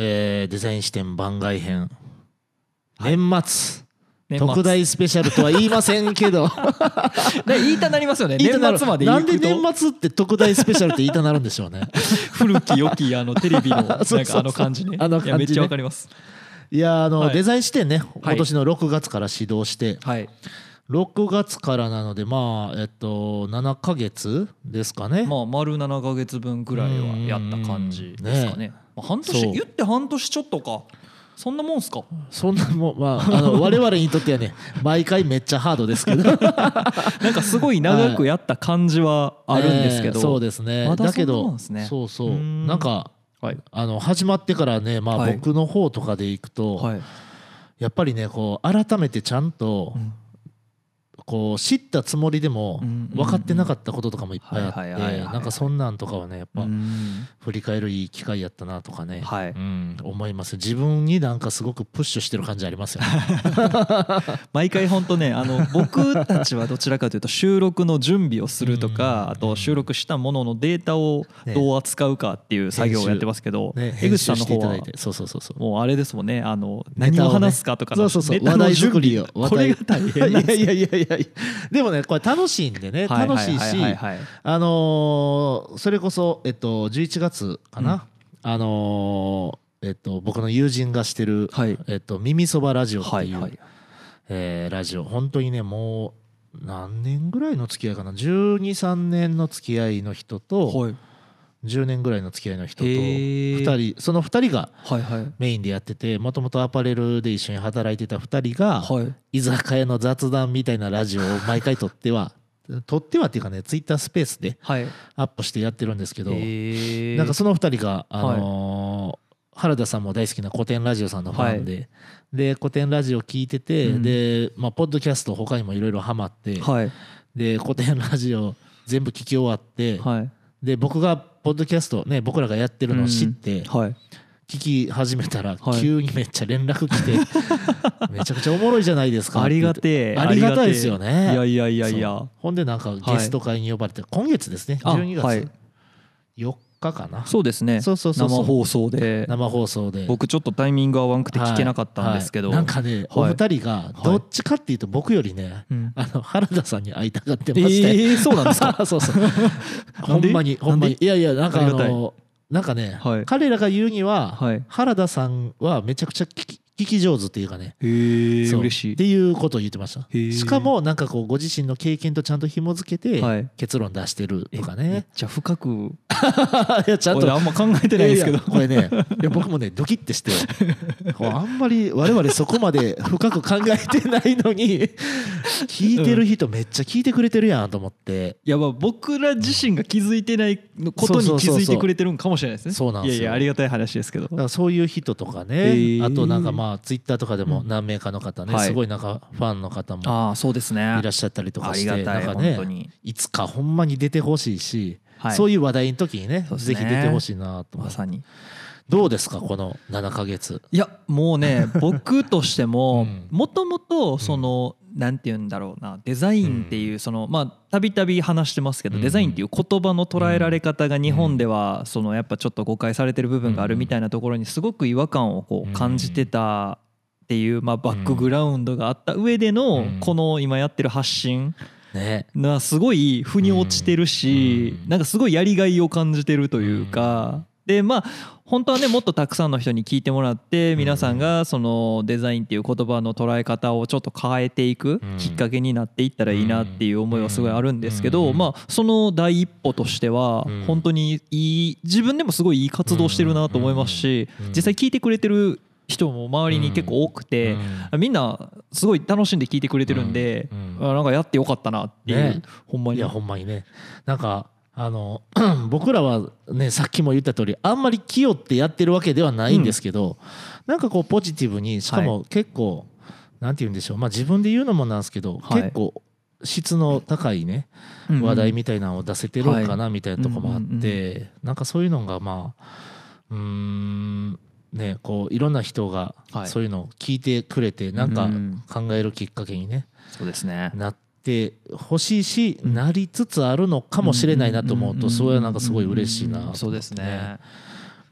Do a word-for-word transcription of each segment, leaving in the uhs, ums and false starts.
えー、デザイン視点番外編、はい、年末年末特大スペシャルとは言いませんけど言いたなりますよね。年末までなんで年末って特大スペシャルって言いたなるんでしょうね古き良きあのテレビのなんかあの感じね。 あの感じね。 いやめっちゃわかります。 いやあの、はい、デザイン視点ね今年のろくがつから始動して、はい、ろくがつからなのでまあえっとななかげつですかね。 まあ丸ななかげつぶんぐらいはやった感じですかね。ね、まあ、半年言って半年ちょっとか。そんなもんすか。 そんなもん、まあ、あの我々にとってはね毎回めっちゃハードですけどなんかすごい長くやった感じはあるんですけど、 えー、そうですね。 まだそんなだけどもんですね。 そうそうなんか、 はい、 あの始まってからね、まあ、僕の方とかでいくと、はい、やっぱりねこう改めてちゃんと、うんこう知ったつもりでも分かってなかったこととかもいっぱいあってなんかそんなんとかはねやっぱ振り返るいい機会やったなとかね、はいうん、思います。自分になんかすごくプッシュしてる感じありますよね毎回本当ねあの僕たちはどちらかというと収録の準備をするとかあと収録したもののデータをどう扱うかっていう作業をやってますけど、江口さんの方はもうあれですもんねあの何を話すかとかの話題作りをこれが大変なんです。 いやいやいやいやでもねこれ楽しいんでね楽しいしあのー、それこそえっとじゅういちがつかな、うん、あのー、えっと僕の友人がしてる、はいえっと、耳そばラジオっていう、はいはいえー、ラジオ本当にねもう何年ぐらいの付き合いかなじゅうに、さんねんの付き合いの人と、はいじゅうねんぐらいの付き合いの人とふたりそのふたりがメインでやっててもともとアパレルで一緒に働いてたふたりが居酒屋の雑談みたいなラジオを毎回撮っては撮ってはっていうかねツイッタースペースでアップしてやってるんですけどなんかそのふたりがあの原田さんも大好きな古典ラジオさんのファンでで古典ラジオ聞いててでまあポッドキャスト他にもいろいろハマってで古典ラジオ全部聞き終わってで僕がポッドキャストね僕らがやってるのを知って聞き始めたら急にめっちゃ連絡来てめちゃくちゃおもろいじゃないですか。 ありがてえありがたいですよね。 いやいやいやいやほんでなんかゲスト会に呼ばれて今月ですねじゅうにがつよっかかな。 そうですね生放送で生放送で僕ちょっとタイミング合わんくて聞けなかったんですけどなんかねお二人がどっちかっていうと僕よりねあの原田さんに会いたがってましてえーそうなんですかそうそうほんまにほんまにいやいやなんかあのなんかね彼らが言うには原田さんはめちゃくちゃ聞き聞き上手っていうかねへー嬉しいっていうことを言ってました。しかもなんかこうご自身の経験とちゃんと紐付けて結論出してるとかね。 めっちゃ深くいやちゃんとあんま考えてないですけどこれねいや僕もねドキッてしてあんまり我々そこまで深く考えてないのに聞いてる人めっちゃ聞いてくれてるやんと思って、 いやまあ僕ら自身が気づいてないことに気づいてくれてるんかもしれないですね。 そうなんですよ。 いやいやありがたい話ですけどだからそういう人とかねあとなんかまあツイッターとかでも何名かの方ねすごいなんかファンの方もいらっしゃったりとかしてなんかねいつかほんまに出てほしいしそういう話題の時にねぜひ出てほしいなと。 まさにどうですかこのななかげつ。 いやもうね僕としてももともとそのなんて言うんだろうなデザインっていうそのまあたびたび話してますけどデザインっていう言葉の捉えられ方が日本ではそのやっぱちょっと誤解されてる部分があるみたいなところにすごく違和感をこう感じてたっていうまあバックグラウンドがあった上でのこの今やってる発信がすごい腑に落ちてるしなんかすごいやりがいを感じてるというかでまあ本当はねもっとたくさんの人に聞いてもらって皆さんがそのデザインっていう言葉の捉え方をちょっと変えていくきっかけになっていったらいいなっていう思いはすごいあるんですけどまあその第一歩としては本当にいい自分でもすごいいい活動してるなと思いますし実際聞いてくれてる人も周りに結構多くてみんなすごい楽しんで聞いてくれてるんでなんかやってよかったなっていうほんまに。 いやほんまにねなんかあの僕らはねさっきも言った通りあんまり気負ってやってるわけではないんですけど、うん、なんかこうポジティブにしかも結構、はい、なんて言うんでしょうまあ自分で言うのもなんですけど、はい、結構質の高いね、うんうん、話題みたいなのを出せてるのかなみたいなとこもあって、はいうんうんうん、なんかそういうのがまあうーんねこういろんな人がそういうのを聞いてくれてなんか考えるきっかけにね、 そうですねなってで欲しいし、うん、なりつつあるのかもしれないなと思うとそれはなんかすごい嬉しいなと思って、ね、 そうですね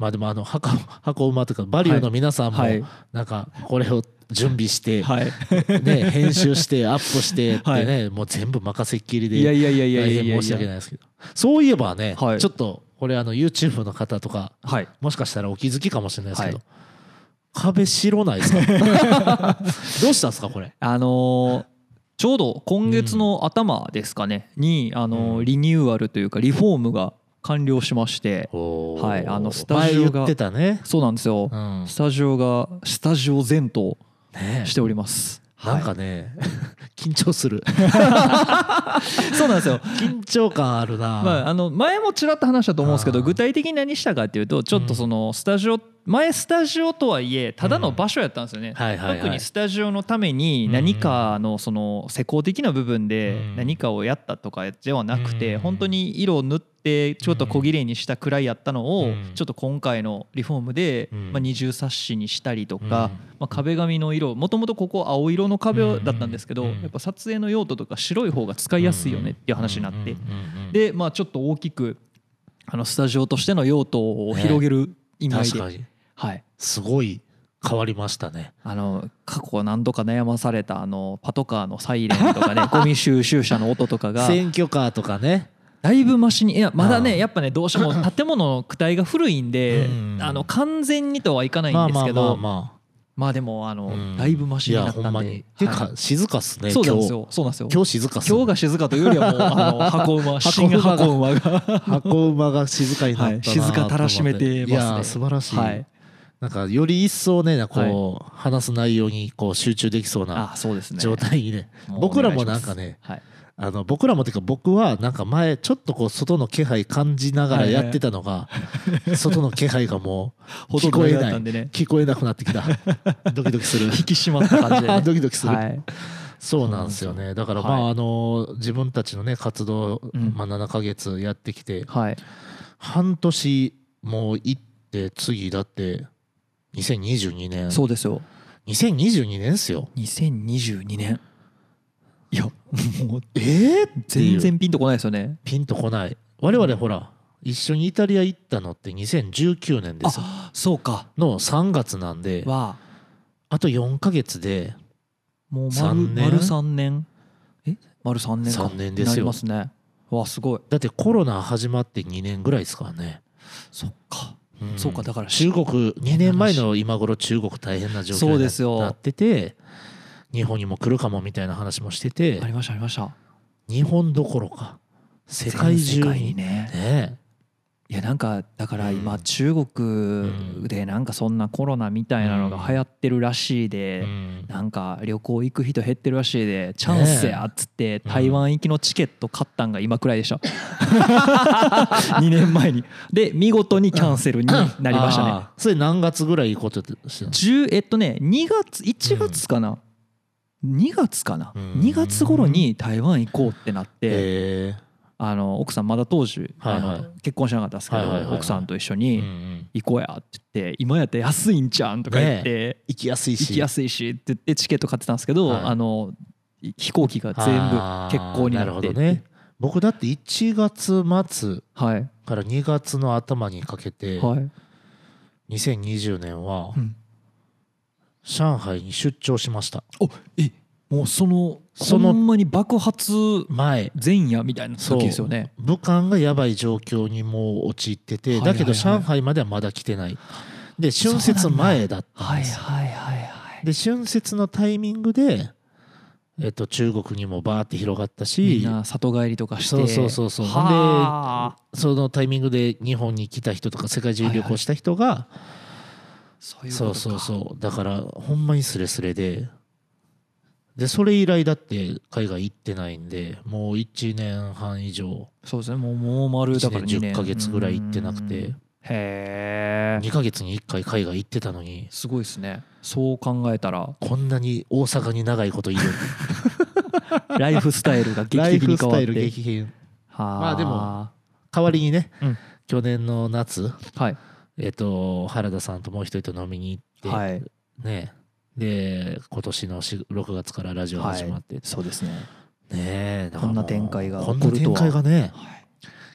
まあでもあの箱箱馬というかバリューの皆さんもなんかこれを準備してね編集してアップしてってねもう全部任せっきりで大変申し訳ないですけど、そういえばねちょっとこれあの YouTube の方とかもしかしたらお気づきかもしれないですけど壁白ないですか？どうしたんですかこれ？ あのちょうど今月の頭ですかねにあのリニューアルというかリフォームが完了しまして、はい、あのスタジオがそうなんですよ、スタジオがスタジオ全棟しております。 なんかね緊張するそうなんですよ、 緊張感あるな。 まああの前もちらっと話したと思うんですけど、具体的に何したかっていうとちょっとそのスタジオ前スタジオとはいえただの場所やったんですよね。特にスタジオのために何かのその施工的な部分で何かをやったとかではなくて、本当に色を塗ってちょっと小綺麗にしたくらいやったのをちょっと今回のリフォームでまあ二重サッシにしたりとか、まあ壁紙の色もともとここ青色の壁だったんですけど、やっぱ撮影の用途とか白い方が使いやすいよねっていう話になって、でまあちょっと大きくあのスタジオとしての用途を広げる意味合いで、はい、 すごい変わりましたね。 あの過去何度か悩まされたあのパトカーのサイレンとかねゴミ収集車の音とかが選挙カーとかねだいぶマシに、いやまだねやっぱねどうしても建物の躯体が古いんであの完全にとはいかないんですけど、まあでもあのだいぶマシになったんで、 てか静かっすね。 そうなんですよ、そうなんですよ。 今日静かっす。 今日が静かというよりはもうあの箱馬新箱馬が箱馬が静かになったな。 静かたらしめてますね。いや素晴らしい。なんかより一層ねこう話す内容にこう集中できそうな状態にね、僕らもなんかねあの僕らもていうか僕はなんか前ちょっとこう外の気配感じながらやってたのが外の気配がもう聞こえない聞こえなくなってきた。ドキドキする。 引き締まった感じでドキドキする。そうなんですよね。だからまああの自分たちのね活動まあななかげつやってきて半年もう行って次だってにせんにじゅうにねん。 そうですよ。 にせんにじゅうにねんですよ。 にせんにじゅうにねん。いやもうえー、 全然ピンとこないですよね。 ピンとこない。我々ほら一緒にイタリア行ったのってにせんじゅうきゅうねんですよ。 あ、そうか。 のさんがつなんで、あとよんかげつでもう丸丸さんねん。え、丸さんねんか。 さんねんですよ。なりますね。わ、すごい。 だってコロナ始まってにねんぐらいですからね。 そっか。うん、そうか、だから中国にねんまえの今頃中国大変な状況になってて日本にも来るかもみたいな話もしてて、 ありましたありました。 日本どころか世界中にね。ねいやなんかだから今中国でなんかそんなコロナみたいなのが流行ってるらしいで、なんか旅行行く人減ってるらしいでチャンスやっつって台湾行きのチケット買ったんが今くらいでしたにねんまえに。で見事にキャンセルになりましたね。 それ何月ぐらい行こうとしてたの？えっとねにがついちがつかな、にがつかな、にがつ頃に台湾行こうってなって、あの奥さんまだ当時あの結婚しなかったですけど奥さんと一緒に行こうやって言って今やったら安いんちゃうんとか言って行きやすいし行きやすいしって言ってチケット買ってたんですけど、あの飛行機が全部欠航になって。なるほどね。 僕だっていちがつ末からにがつの頭にかけてにせんにじゅうねんは上海に出張しました。 おえもうそのそのほんまに爆発前前夜みたいな時ですよね。 武漢がやばい状況にもう陥ってて、だけど上海まではまだ来てない。で春節前だったんです。で春節のタイミングでえっと中国にもバーって広がったし、 みんな里帰りとかして、 そうそうそうそう。でそのタイミングで日本に来た人とか世界中旅行した人が、そうそうそうそう。だからほんまにスレスレで。でそれ以来だって海外行ってないんでもういちねんはん以上。 そうですね。もうもう丸だからにねんじゅっかげつぐらい行ってなくて、 へえにかげつにいっかい海外行ってたのに。 すごいですね。そう考えたらこんなに大阪に長いこといるライフスタイルが劇的に変わって。ライフスタイル激変。 まあでも代わりにね、うん、去年の夏、はい、えっと原田さんともう一人と飲みに行って、はい、ねで今年のろくがつからラジオ始まって、はい、 そうですね。 ねえこんな展開がこんな展開がね、はい、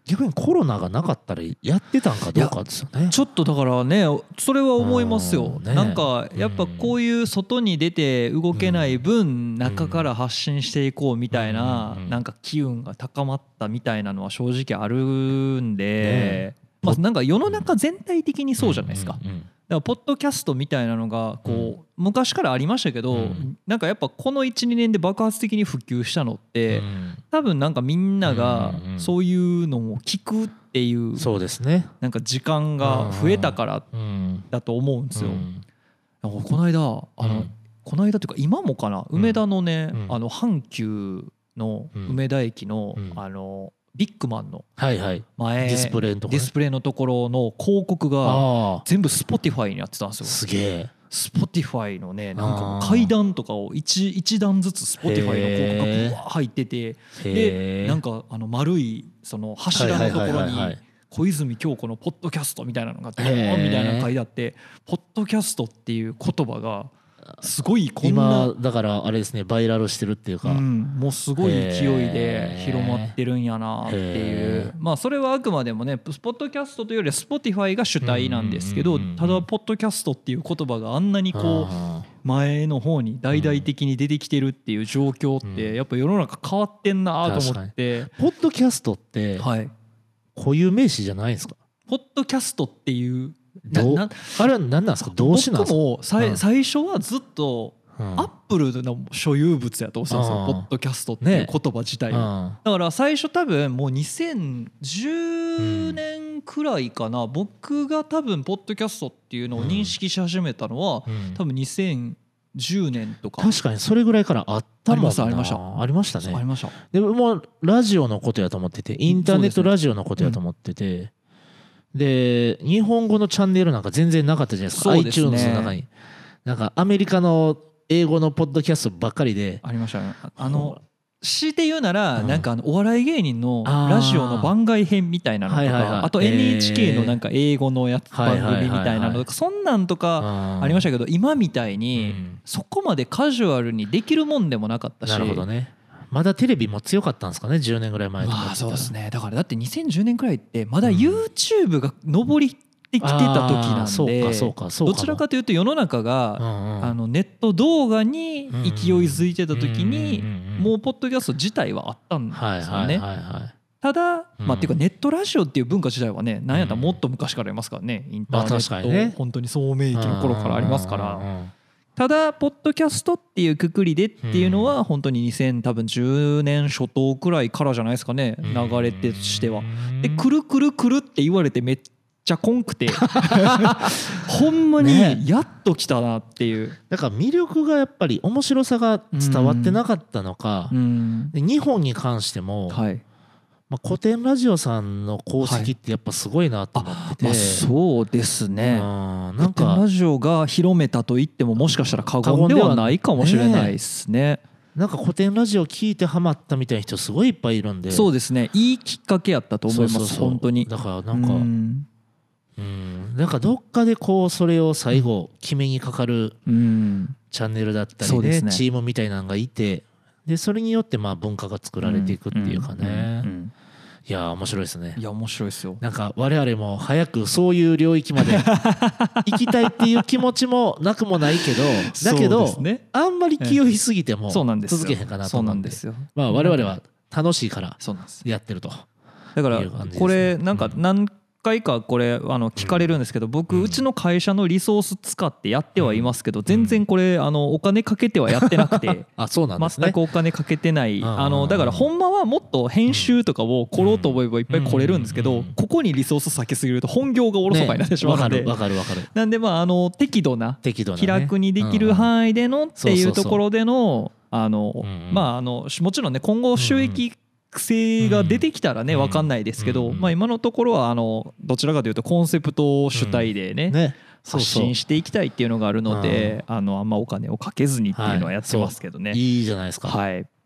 逆にコロナがなかったらやってたんかどうかですよね。 ちょっとだからねそれは思いますよ、 ね、 なんかやっぱこういう外に出て動けない分中から発信していこうみたいななんか機運が高まったみたいなのは正直あるんで、まあなんか世の中全体的にそうじゃないですか。だからポッドキャストみたいなのがこう昔からありましたけど、なんかやっぱこの いちにねんで爆発的に普及したのって多分なんかみんながそういうのを聞くっていうなんか時間が増えたからだと思うんですよ。この間あのこの間というか今もかな、梅田のねあの阪急の梅田駅のあのビッグマンの前ディスプレイのところ、ディスプレイのところの広告が全部 Spotify にやってたんですよ。 すげえ。 Spotify のねなんかもう階段とかを 一, 一段ずつ Spotify の広告がブワー入ってて、でなんかあの丸いその柱のところに小泉京子のポッドキャストみたいなのがドーンみたいなの書いてあって、ポッドキャストっていう言葉がすごいこんな今だからあれですね、バイラルしてるっていうか、 うん、もうすごい勢いで広まってるんやなっていう、まあそれはあくまでもねポッドキャストというよりは Spotify が主体なんですけど、ただポッドキャストっていう言葉があんなにこう前の方に大々的に出てきてるっていう状況ってやっぱ世の中変わってんなと思って。 ポッドキャストって固有名詞じゃないんですか？ ポッドキャストっていうどうあれは何なんですか？動詞なんですか？ 僕もさい、うん、最初はずっとアップルの所有物やと思ってたんですよ、ポッドキャストっていう言葉自体は、ね、だから最初多分もうにせんじゅうねんくらいかな、うん、僕が多分ポッドキャストっていうのを認識し始めたのは、うん、多分にせんじゅうねんとか。 確かにそれぐらいからあったもんな。 ありましたありましたね。 ありました。 でももうラジオのことやと思ってて、インターネットラジオのことやと思ってて、で日本語のチャンネルなんか全然なかったじゃないですか。 iTunes の中になんかアメリカの英語のポッドキャストばっかりでありましたね。あの強いて言うならなんかあのお笑い芸人のラジオの番外編みたいなのとか、あと エヌエイチケー のなんか英語のやつ番組みたいなのとか、そんなんとかありましたけど、今みたいにそこまでカジュアルにできるもんでもなかったし。 なるほどね。まだテレビも強かったんですかね、じゅうねんぐらい前とか。 まあそうですね。だからだってにせんじゅうねんくらいってまだ YouTube が上りってきてた時なんで、どちらかというと世の中があのネット動画に勢いづいてた時にもうポッドキャスト自体はあったんですよね。ただまあっていうかネットラジオっていう文化自体はね、なんやったらもっと昔からありますからね。インターネット本当に創明期の頃からありますから。ただポッドキャストっていうくくりでっていうのは本当ににせんじゅうねん初頭くらいからじゃないですかね、流れとしては。でくるくるくるって言われてめっちゃこんくてほんまにやっと来たなっていう、ね、 だから魅力がやっぱり面白さが伝わってなかったのか、うん、で日本に関しても、はい、まあ、古典ラジオさんの功績ってやっぱすごいなと思ってて、 はい、まあ、そうですね。なんか古典ラジオが広めたと言ってももしかしたら過言ではないかもしれないですね。 なんか古典ラジオ聞いてハマったみたいな人すごいいっぱいいるんで。 そうですね、いいきっかけやったと思います。そうそうそう、本当に。 だからなんかうんうんなんかどっかでこうそれを最後決めにかかるチャンネルだったりね、チームみたいなのがいて、でそれによってまあ文化が作られていくっていうかね。いや面白いですね。 いや面白いですよ。 なんか我々も早くそういう領域まで行きたいっていう気持ちもなくもないけど、だけどあんまり気負いすぎても続けへんかなと思うんで、まあ我々は楽しいからやってると。 だからこれなんか何回かこれあの聞かれるんですけど、僕うちの会社のリソース使ってやってはいますけど、全然これあのお金かけてはやってなくてあ、そうなんですね。 全くお金かけてない。あのだからほんまはもっと編集とかを来ろうと思えばいっぱい来れるんですけど、ここにリソース避けすぎると本業がおろそかになってしまうので、 わかるわかる。 なんでまああの適度な気楽にできる範囲でのっていうところでのあのまああのもちろんね今後収益癖が出てきたらね分かんないですけど、まあ今のところはあのどちらかというとコンセプト主体でね発信していきたいっていうのがあるので、あのあんまお金をかけずにっていうのはやってますけどね。 いいじゃないですか。 はい。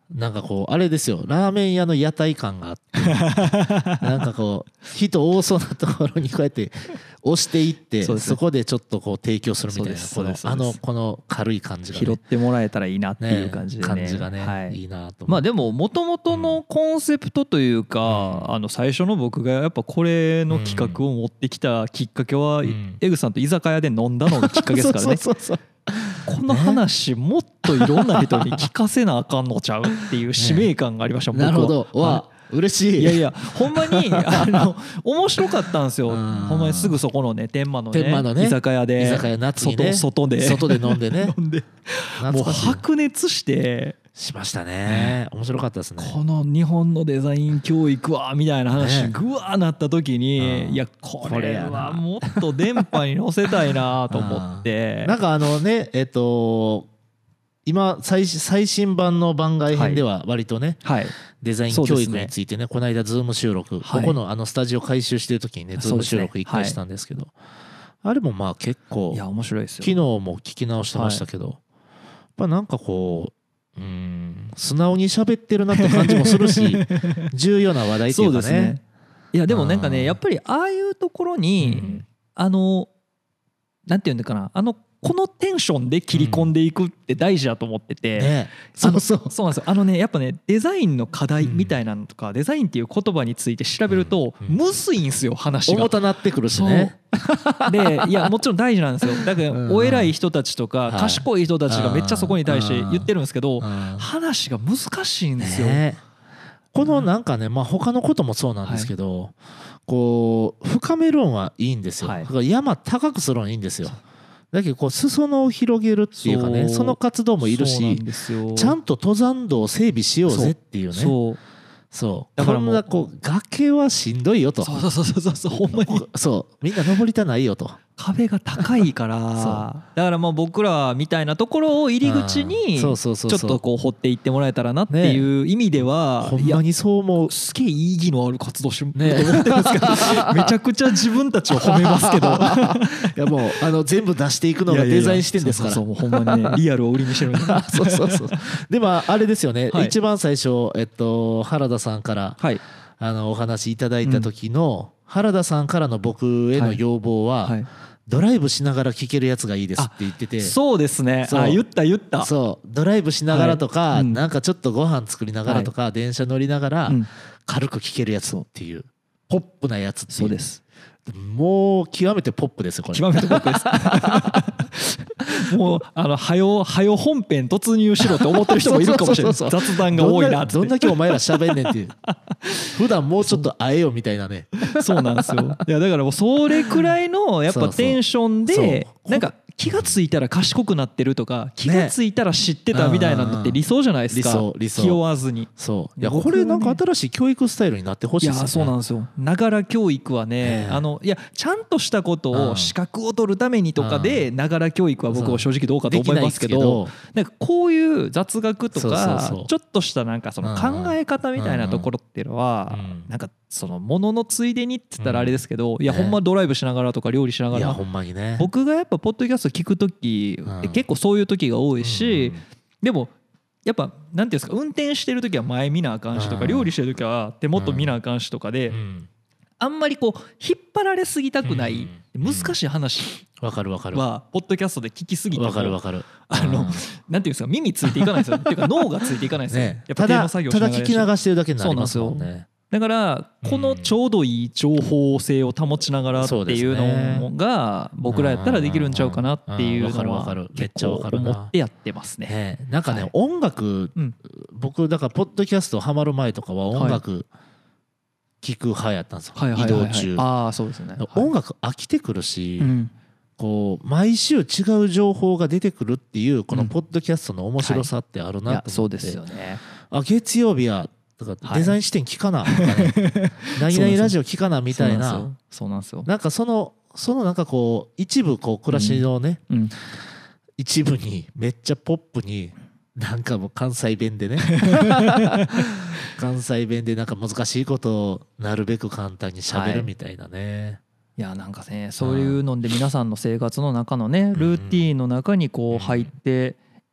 なんかこうあれですよ、ラーメン屋の屋台感があってなんかこう人多そうなところにこうやって押していって そ, そこでちょっとこう提供するみたいな、このあのこの軽い感じが、ね、 拾ってもらえたらいいなっていう感じで、ねね、感じがね、はい、いいなと。 まあでももともとのコンセプトというか、うん、あの最初の僕がやっぱこれの企画を持ってきたきっかけは、うん、エグさんと居酒屋で飲んだのがきっかけですからね。そうそうそうそう、この話もっといろんな人に聞かせなあかんのちゃうっていう使命感がありました、ね、僕は。なるほど、 わ嬉しい。 いやいやほんまにあの面白かったんですよ。ほんまにすぐそこのね天満のね、ね、居酒屋で居酒屋夏に、ね、 外, 外で外で飲んでね飲んでもう白熱してしましたね。面白かったですね。 この日本のデザイン教育はみたいな話ぐわーなった時に、ね、いやこれはもっと電波に乗せたいなと思ってなんかあのねえっと今 最, 最新版の番外編では割とね、はいはい、デザイン教育について ね, ねこの間ズーム収録、はい、ここのあのスタジオ改修してる時にねズーム収録いっかいしたんですけど、はい、あれもまあ結構いや面白いですよ。 昨日も聞き直してましたけど、はい、やっぱなんかこううん素直に喋ってるなって感じもするし重要な話題っていうか ね, そうですね。 いやでもなんかねやっぱりああいうところに、うん、あのなんていうんだかなあのこのテンションで切り込んでいくって大事だと思ってて、うんね、そうそうそうなんですよ。あのねやっぱねデザインの課題みたいなのとか、うん、デザインっていう言葉について調べると、うんうん、むずいんすよ話が。 重たなってくるしね。 でいやもちろん大事なんですよ。だからお偉い人たちとか賢い人たちがめっちゃそこに対して言ってるんですけど、話が難しいんですよ。ね、 このなんかね、まあ他のこともそうなんですけど、はい、こう深めるんはいいんですよ。はい、山高くするのはいいんですよ。だけどこう裾野を広げるっていうかね、その活動もいるし、ちゃんと登山道を整備しようぜっていうね。そうそうだからもうこんなこう崖はしんどいよと。 そうそうそうそうそうほんまにそうみんな登りたないよと。 壁が高いからだからまあ僕らみたいなところを入り口にちょっとこう掘っていってもらえたらなっていう意味では、 ほんまにそう思う。 すげえ意義のある活動してると思ってるんですけどめちゃくちゃ自分たちを褒めますけどいやもうあの全部出していくのがデザイン視点ですから。 そうそうほんまにねリアルを売りにしてるんでそうそうそう。でもあれですよね、一番最初えっと原田さんからあのお話いただいた時の原田さんからの僕への要望は、ドライブしながら聴けるやつがいいですって言ってて。 そうですね。あ言った言った。 そうドライブしながらとか、はいうん、なんかちょっとご飯作りながらとか、はい、電車乗りながら軽く聴けるやつっていう、ポップなやつっていう。 そうです。 もう極めてポップですよこれ。 極めてポップですもうあのはよはよ本編突入しろって思ってる人もいるかもしれない。雑談が多いなって。 どんだけお前ら喋んねんっていう普段もうちょっと会えよみたいなね。 そうなんですよ。いやだからもうそれくらいのやっぱテンションでなんか気がついたら賢くなってるとか気がついたら知ってたみたいなのって理想じゃないですか。理想理想気負わずに。 そういやこれなんか新しい教育スタイルになってほしいですよね。いやそうなんですよ。ながら教育はねあのいやちゃんとしたことを資格を取るためにとかでながら教育は僕は正直どうかと思いますけど、なんかこういう雑学とかちょっとしたなんかその考え方みたいなところっていうのはなんかそのもののついでにって言ったらあれですけど、いやほんまドライブしながらとか料理しながら、僕がやっぱポッドキャスト聞く時結構そういう時が多いし、でもやっぱなんていうんですか、運転してる時は前見なあかんしとか料理してる時は手元見なあかんしとかで、あんまりこう引っ張られすぎたくない難しい話わかるわかるはポッドキャストで聞きすぎてもわかるわかるあのなんていうんですか、耳ついていかないですよっていうか脳がついていかないですよ。やっぱただただ聞き流してるだけになりますもんね。 だからこのちょうどいい情報性を保ちながらっていうのが僕らやったらできるんちゃうかなっていうのは結構思ってやってますね。 なんかね音楽僕だからポッドキャストハマる前とかは音楽聞く派やったんですよ移動中。 ああそうですね。 音楽飽きてくるしこう毎週違う情報が出てくるっていうこのポッドキャストの面白さってあるなと思って、あ月曜日やとかデザイン視点聞かなとかね何々ラジオ聞かなみたいな、 そうなんですよ。 なんかそのそのなんかこう一部こう暮らしのね一部にめっちゃポップになんかもう関西弁でね関西弁でなんか難しいことをなるべく簡単に喋るみたいなね。 いやなんかねそういうので皆さんの生活の中のねルーティーンの中にこう入って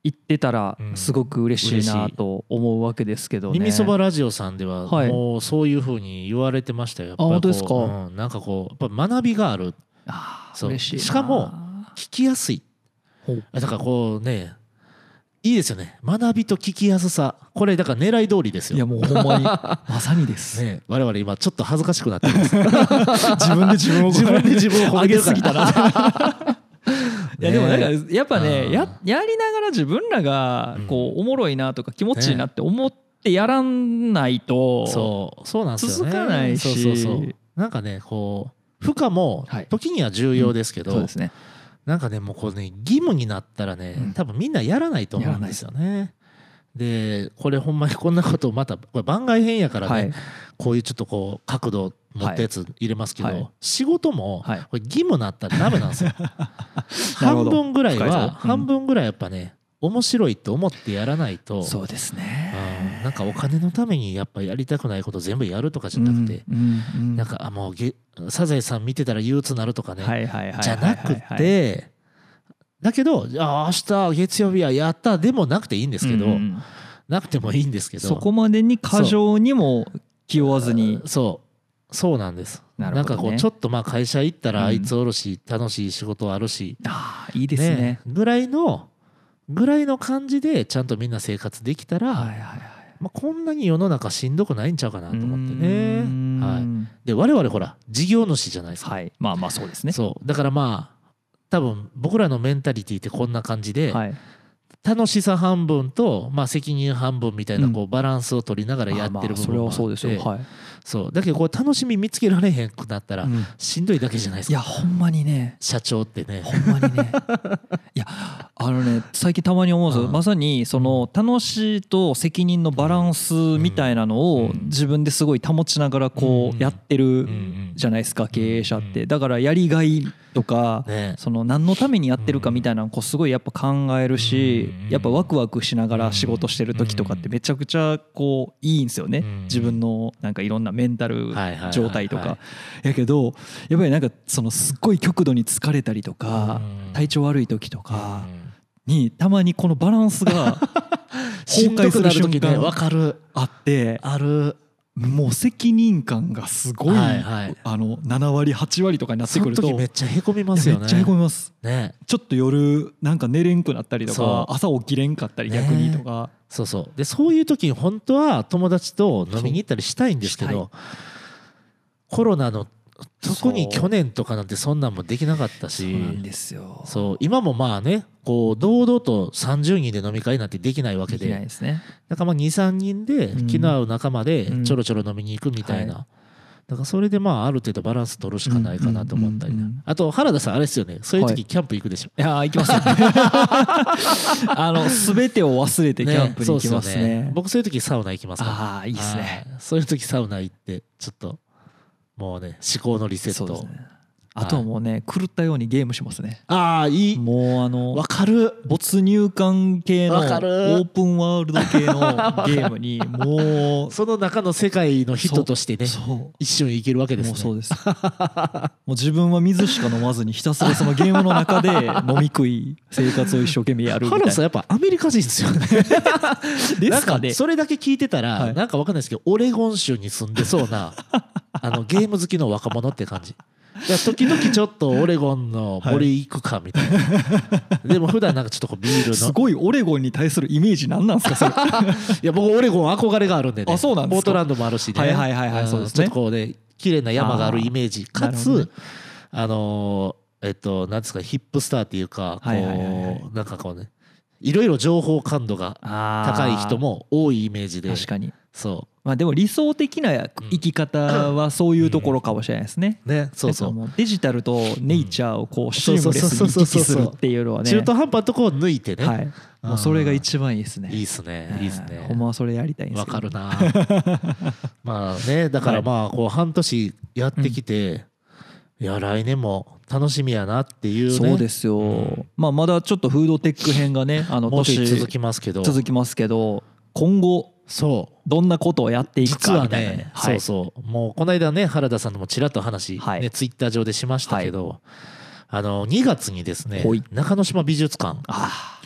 言ってたらすごく嬉しいなと思うわけですけどね。 耳そばラジオさんではもうそういうふうに言われてましたよ。やっぱりこう、 あ、本当ですか。 うん、なんかこうやっぱ学びがある。 あ、 そう嬉しいな。 しかも聞きやすい。だからこうね、いいですよね。学びと聞きやすさ、これだから狙い通りですよ。 いやもうほんまにまさにです。 ね、我々今ちょっと恥ずかしくなってます。 自分で自分を自分で自分を褒めてるから上げすぎたな。いやでもなんかやっぱね、ややりながら自分らがこうおもろいなとか気持ちいいなって思ってやらないとそうそうなんですよね。 続かないし、 そうそうそう、なんかねこう負荷も時には重要ですけど、 そうですね。 なんかねもうこうね義務になったらね多分みんなやらないと思うんですよね。でこれほんまにこんなことをまたこれ番外編やからね、はい、こういうちょっとこう角度持ったやつ入れますけど、はい、仕事もこれ義務になったらダメなんですよ。半分ぐらいは、うん、半分ぐらいやっぱね面白いと思ってやらないと。 そうですね、 うん、なんかお金のためにやっぱやりたくないこと全部やるとかじゃなくて、うんうんうん、なんかあもうゲサザエさん見てたら憂鬱なるとかねじゃなくて、だけどあ明日月曜日はやったでもなくていいんですけど、うんうん、なくてもいいんですけど、 そこまでに過剰にも気負わずに。 そうそうなんです。な, ね、なんかこうちょっとまあ会社行ったらあいつおるし、うん、楽しい仕事あるし、 あいいですね、ねぐらいのぐらいの感じでちゃんとみんな生活できたら、はいはいはい、まあ、こんなに世の中しんどくないんちゃうかなと思ってね。はい、で我々ほら事業主じゃないですか、 はい、まあまあそうですね。 そうだからまあ多分僕らのメンタリティってこんな感じで、はい、楽しさ半分と、まあ、責任半分みたいなこうバランスを取りながらやってる部分もあって、 そうですよ、はい、 そうだけどこう楽しみ見つけられへんくなったらしんどいだけじゃないですか、 うん、いやほんまにね社長ってねほんまにねいやあのね最近たまに思うんですよ、うん、まさにその楽しいと責任のバランスみたいなのを自分ですごい保ちながらこうやってるじゃないですか、経営者って。だからやりがいとか、ね、その何のためにやってるかみたいなのをすごいやっぱ考えるし、やっぱワクワクしながら仕事してる時とかってめちゃくちゃこういいんですよね、自分のなんかいろんなメンタル状態とか。やけどやっぱりなんかそのすっごい極度に疲れたりとか体調悪い時とかにたまにこのバランスが崩壊する瞬間あってある。もう責任感がすごい、はいはい、あのななわりはちわりとかになってくるとその時めっちゃへこみますよね。 めっちゃへこみます、ね、ちょっと夜なんか寝れんくなったりとか朝起きれんかったり逆にとか、 ね、そうそうでそういう時に本当は友達と飲みに行ったりしたいんですけど、コロナの特に去年とかなんてそんなんもできなかったし、 そうなんですよ。 そう今もまあねこう堂々とさんじゅうにんで飲み会なんてできないわけで、 できないですね。 だからまあにさんにんで気の合う仲間でちょろちょろ飲みに行くみたいな、うんはい、だからそれでまあある程度バランス取るしかないかなと思ったり、ね、あと原田さんあれですよね、そういう時キャンプ行くでしょ。 はい、いや行きますよあの全てを忘れてキャンプに行きますね。ね、ね僕そういう時サウナ行きますから。 ああいいですね。 そういう時サウナ行ってちょっともうね思考のリセット。 あとはもうね狂ったようにゲームしますね。 ああいい。 もうあのわかる。 没入感系のオープンワールド系のゲームにもうその中の世界の人としてね一瞬生きるわけですね。 もうそうですもう自分は水しか飲まずにひたすらそのゲームの中で飲み食い生活を一生懸命やるみたいな。 原さんやっぱアメリカ人ですよねですかね。それだけ聞いてたら、はい、なんかわかんないですけどオレゴン州に住んでそうなあのゲーム好きの若者って感じ。いや時々ちょっとオレゴンの森行くかみたいな、はい、でも普段なんかちょっとこうビールのすごいオレゴンに対するイメージ何なんですかそれいや僕オレゴン憧れがあるんでね。 あそうなんですか。 ポートランドもあるしね、 はいはいはいはい、そうですね、 ちょっとこうね綺麗な山があるイメージかつ、ね、あのー、えっとなんですかヒップスターっていうかこう、はいはいはいはい、なんかこうねいろいろ情報感度が高い人も多いイメージで。 確かにそうまあでも理想的な生き方はそういうところかもしれないですね。 ね、そうそう。 デジタルとネイチャーをこうシームレスに行き来するっていうのはね。 中途半端なとこを抜いてね。 はい。もうそれが一番いいですね。 いいですね。いいですね。 ほんまはそれやりたいんですけど。わかるな。まあねだからまあこう半年やってきて、いや来年も楽しみやなっていうね。 そうですよ。まあまだちょっとフードテック編がねあの年続きますけど。 続きますけど今後。そうどんなことをやっていくかみたいなね。 ねはい、そうそうもうこの間ね原田さんともちらっと話、ねはい、ツイッター上でしましたけど、はい、あのにがつにですね中之島美術館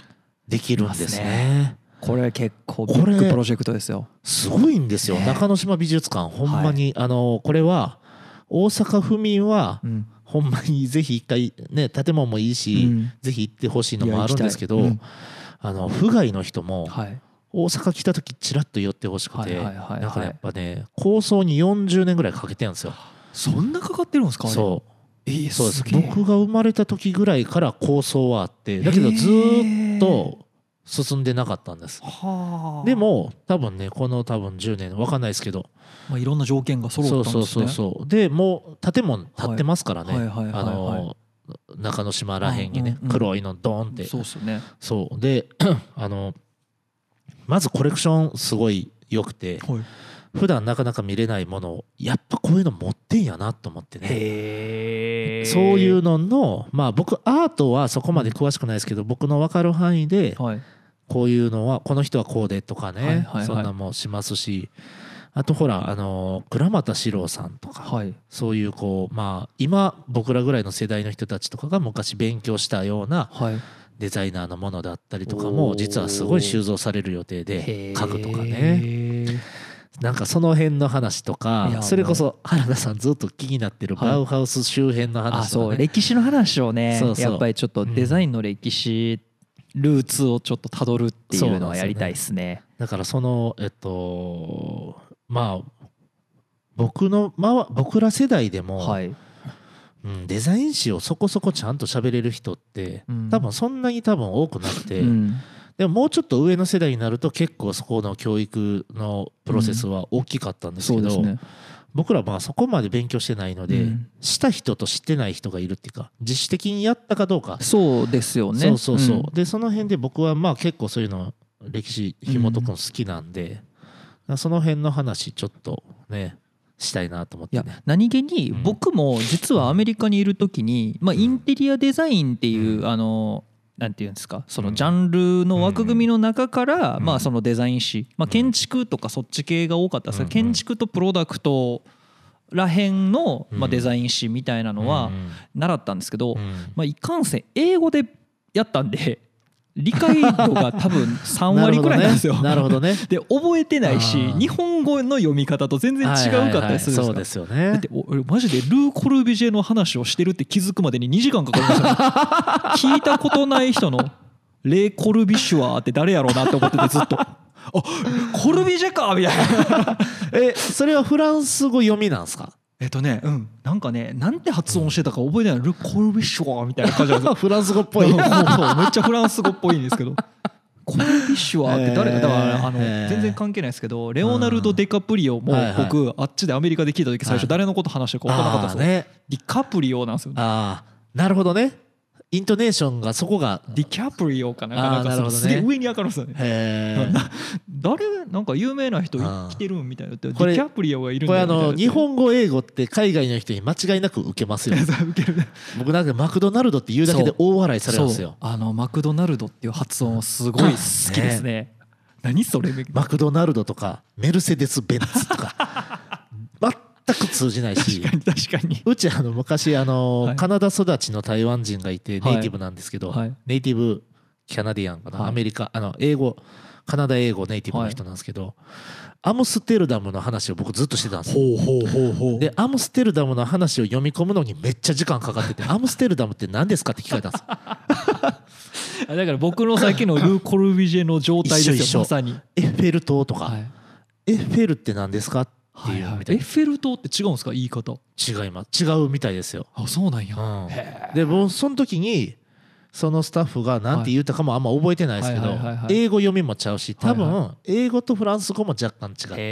できるんですね。 これ結構ビッグプロジェクトですよ。 すごいんですよ、中之島美術館ほんまに、はい、あのこれは大阪府民は、うん、ほんまにぜひ一回ね建物もいいし、うん、ぜひ行ってほしいのもあるんですけど、うん、あの府外の人も、はい、大阪来た時ちらっと寄ってほしくて、なんかやっぱね構想によんじゅうねんぐらいかけてるんですよ。 そんなかかってるんですか。 そう、えー、そうです。僕が生まれた時ぐらいから構想はあって、だけどずっと進んでなかったんです。でも多分ねこの多分じゅうねん分かんないですけど、 まあ、いろんな条件が揃ったんですね。 そうそうそうそう。でもう建物建ってますからね、あの中之島らへんにね、うんうんうん、黒いのドーンって。 そうっすね。 そうであのまずコレクションすごい良くて、はい、普段なかなか見れないものをやっぱこういうの持ってんやなと思ってね。へー。そういうののまあ僕アートはそこまで詳しくないですけど、僕の分かる範囲でこういうのはこの人はこうでとかね、そんなもしますし、あとほらあの倉俣史郎さんとか、はい、そういうこうまあ今僕らぐらいの世代の人たちとかが昔勉強したようなデザイナーのものだったりとかも実はすごい収蔵される予定で、家具とかね、なんかその辺の話とか、それこそ原田さんずっと気になってるバウハウス周辺の話とかね、あ、そう歴史の話をね、そうそうやっぱりちょっとデザインの歴史、うん、ルーツをちょっとたどるっていうのはやりたいですね。 だからそのえっとまあ僕の、ま、僕ら世代でも、はいうん、デザイン誌をそこそこちゃんと喋れる人って、うん、多分そんなに多分多くなくて、うん、でももうちょっと上の世代になると結構そこの教育のプロセスは大きかったんですけど、うんそうですね、僕らまあそこまで勉強してないので、うん、した人と知ってない人がいるっていうか自主的にやったかどうか。 そうですよね。 そうそうそう、うん、でその辺で僕はまあ結構そういうの歴史紐解くの好きなんで、うん、その辺の話ちょっとねしたいなと思って、ね、 いや何気に僕も実はアメリカにいる時に、まあ、インテリアデザインっていう、うん、あのなんていうんですか、そのジャンルの枠組みの中からまあそのデザイン誌、まあ、建築とかそっち系が多かったですけど、建築とプロダクトらへんのまあデザイン誌みたいなのは習ったんですけど、まあいかんせん英語でやったんで理解度が多分さんわりくらいなんですよ。 なるほどね。 で覚えてないし日本語の読み方と全然違うかったりするんですよ。 そうですよね。 だって俺マジでルー・コルビジェの話をしてるって気づくまでににじかんかかりましたね。聞いたことない人のレイ・コルビシュワーって誰やろうなって思っててずっとあコルビジェかみたいな。 えそれはフランス語読みなんですか？ えっとね、うん、なんかね、なんて発音してたか覚えてない、ル・コルビシュワーみたいな感じなんですよ。 フランス語っぽい。 そうそう、めっちゃフランス語っぽいんですけど。コルビシュワーって誰だからあの全然関係ないですけど、レオナルド・デカプリオも僕あっちでアメリカで聞いた時最初誰のこと話してるか分からなかったですよ。ディカプリオなんですよね。 ああ、なるほどね。イントネーションがそこがディキャプリオかなんかすげえ上に上がるんですよね。へ誰なんか有名な人来てるんみたいな。ディキャプリオがいるんだよみたいな。 これあの日本語英語って海外の人に間違いなく受けますよ。僕なんかマクドナルドって言うだけで大笑いされるんですよ。 あのマクドナルドっていう発音すごい好きですね。何それ。 マクドナルドとかメルセデス・ベンツとか全く通じないし、 確かに確かに。 うちあの昔あの、はい、カナダ育ちの台湾人がいてネイティブなんですけど、はい、ネイティブキャナディアンかな、はい、アメリカあの英語カナダ英語ネイティブの人なんですけど、はい、アムステルダムの話を僕ずっとしてたんですよ。ほうほうほうほう。でアムステルダムの話を読み込むのにめっちゃ時間かかっててアムステルダムって何ですかって聞かれたんですよ。だから僕のさっきのルー・コルビジェの状態ですよ。一緒一緒。まさにエッフェル塔とか、はい、エッフェルって何ですかっていうみたいな。 エッフェル塔って違うんですか言い方。 違います違うみたいですよ。 あそうなんや、 うん、でもうその時にそのスタッフが何て言ったかもあんま覚えてないですけど英語読みもちゃうし多分英語とフランス語も若干違って、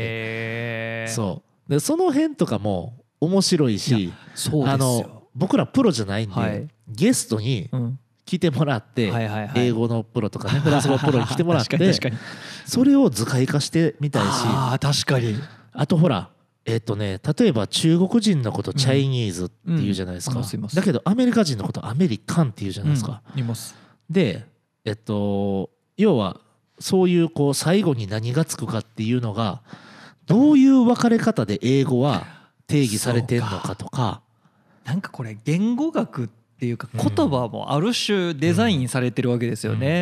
そうでその辺とかも面白いし、あの僕らプロじゃないんでゲストに来てもらって英語のプロとかねフランス語プロに来てもらってそれを図解化してみたいし、 あ確かに。 あとほらえっとね例えば中国人のことチャイニーズって言うじゃないですか、だけどアメリカ人のことアメリカンって言うじゃないですか、 います。 でえっと要はそういうこう最後に何がつくかっていうのがどういう分かれ方で英語は定義されてんのかとか、 なんかこれ言語学っていうか言葉もある種デザインされてるわけですよね。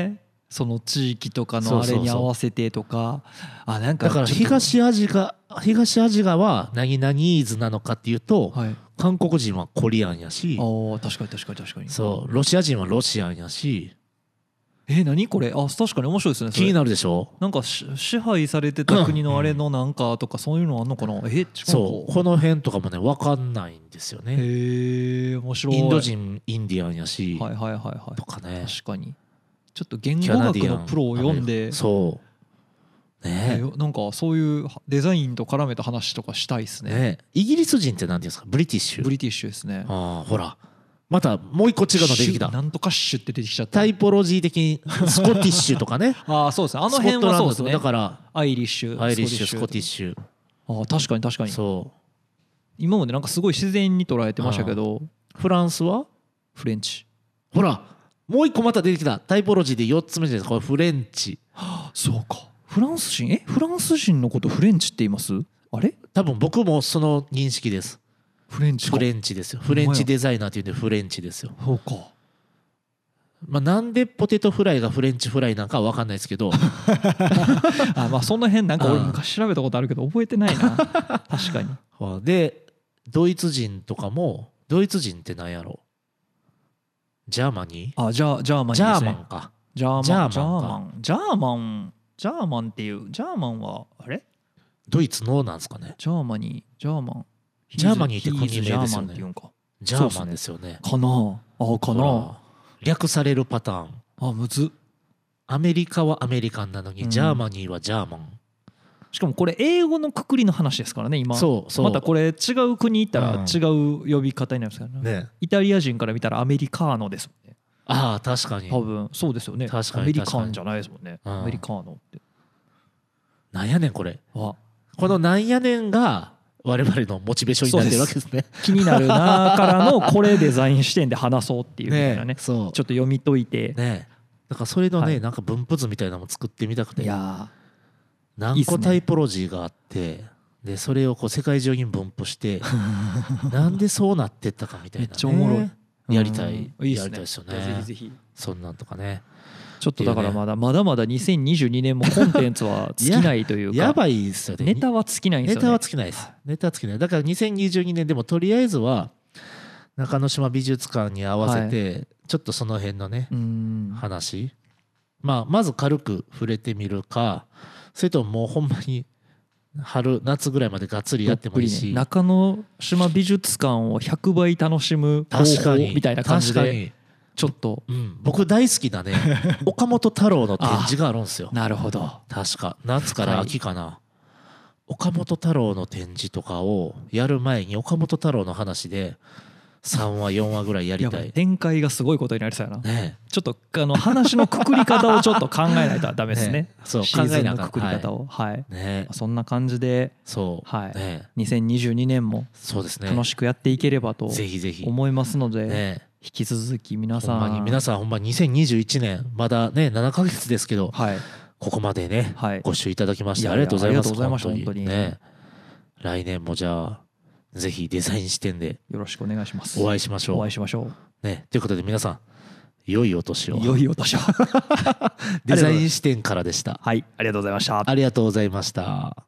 その地域とかのあれに合わせてとか、あなんかだから東アジア東アジアは何々イーズなのかっていうと、 はい、 韓国人はコリアンやし、 あ確かに確かに確かに、 そうロシア人はロシアンやし、 え何これ、あ確かに面白いですねそれ。 気になるでしょ。 なんかし支配されてた国のあれのなんかとかそういうのあんのかな、え違うか、 そうこの辺とかもね分かんないんですよね。 へえ面白い。 インド人インディアンやし、 はいはいはいはいとかね、 確かにちょっと言語学のプロを読んで、 そうねえなんかそういうデザインと絡めた話とかしたいですね。 ねイギリス人って何ていうんですか、ブリティッシュ。 ブリティッシュですね。 ああほらまたもう一個違うの出てきた。 なんとかッシュって出てきちゃった。 タイポロジー的にスコティッシュとかねああそうですね、あの辺はそうですね。 だからアイリッシュアイリッシュスコティッシュ、 ああ確かに確かに。 そう今までなんかすごい自然に捉えてましたけど。 フランスはフレンチ。 ほらもう一個また出てきた。タイポロジーでよっつめじゃないですか、これフレンチ。 そうか、フランス人、えフランス人のことフレンチって言います？あれ多分僕もその認識です。 フレンチか。 フレンチですよ。フレンチデザイナーっていうんでフレンチですよ。 そうか。 まあなんでポテトフライがフレンチフライなんかは分かんないですけどあまあその辺なんか俺昔調べたことあるけど覚えてないな確かに。 でドイツ人とかも、ドイツ人って何やろ、ジャーマニー、 あじゃあジャーマンジャーですね。 マンか、 ジャーマンジャーマンかジャーマンジャーマンジャーマンっていうジャーマンはあれドイツのなんですかね。 ジャーマニージャーマンジャーマニーって国名ですよね。 ジャーマンっていうんか。 ジャーマンですよね。 かなあかな。 略されるパターン。 あむず。 アメリカはアメリカンなのに、 うんジャーマニーはジャーマン。 しかもこれ英語のくくりの話ですからね今。 そうそう。 またこれ違う国行ったらうん違う呼び方になりますからね。 ね。 イタリア人から見たらアメリカーノですもんね。 ああ確かに。 多分そうですよね。 確かにアメリカンじゃないですもんね。 うんアメリカーノって。 なんやねんこれ。 あこのなんやねんが我々のモチベーションになってるわけですね。 気になるなからのこれデザイン視点で話そうっていうみたいなね。 そう。 ちょっと読み解いて。 ね。だからそれのね、 はいなんか分布図みたいなのも作ってみたくて。 いや何個タイポロジーがあってでそれをこう世界中に分布してなんでそうなってったかみたいな、ね、 めっちゃおもろい。 やりたい、 いいっすね。 やりたいですよね。 ぜひぜひ。 そんなんとかね。 ちょっとだからまだまだまだにせんにじゅうにねんもコンテンツは尽きないというかやばいですよね。 ネタは尽きないんですよね。 ネタは尽きないです。ネタは尽きない。だからにせんにじゅうにねんでもとりあえずは中之島美術館に合わせてちょっとその辺のね、話、まあまず軽く触れてみるか、それとももうほんまに春夏ぐらいまでがっつりやってもいいし、 ね、中之島美術館をひゃくばい楽しむ方法みたいな感じでちょっと、 うん、僕大好きなね岡本太郎の展示があるんですよ。 なるほど。 確か夏から秋かな、はい、岡本太郎の展示とかをやる前に岡本太郎の話でさんわよんわぐらいやりたい。 展開がすごいことになりそうやな、 ね、 ちょっとあの話のくくり方をちょっと考えないとダメですね。 ね、そうシーズンのくくり方を、はい、はいね、 そんな感じで、 そう、 はい、 ね、 にせんにじゅうにねんも楽しくやっていければと思いますので、 ね、 引き続き皆さん、 ほんまに皆さんほんまにせんにじゅういちねんまだねななかげつですけど、はい、ここまでね、はい、ご視聴いただきましてありがとうございます。ありがとうございました本当にね。来年もじゃあぜひデザイン視点でよろしくお願いします。 お会いしましょう。 お会いしましょう。ね、ということで皆さん良いお年を。 良いお年を。 デザイン視点からでした。 はい、ありがとうございました。 ありがとうございました。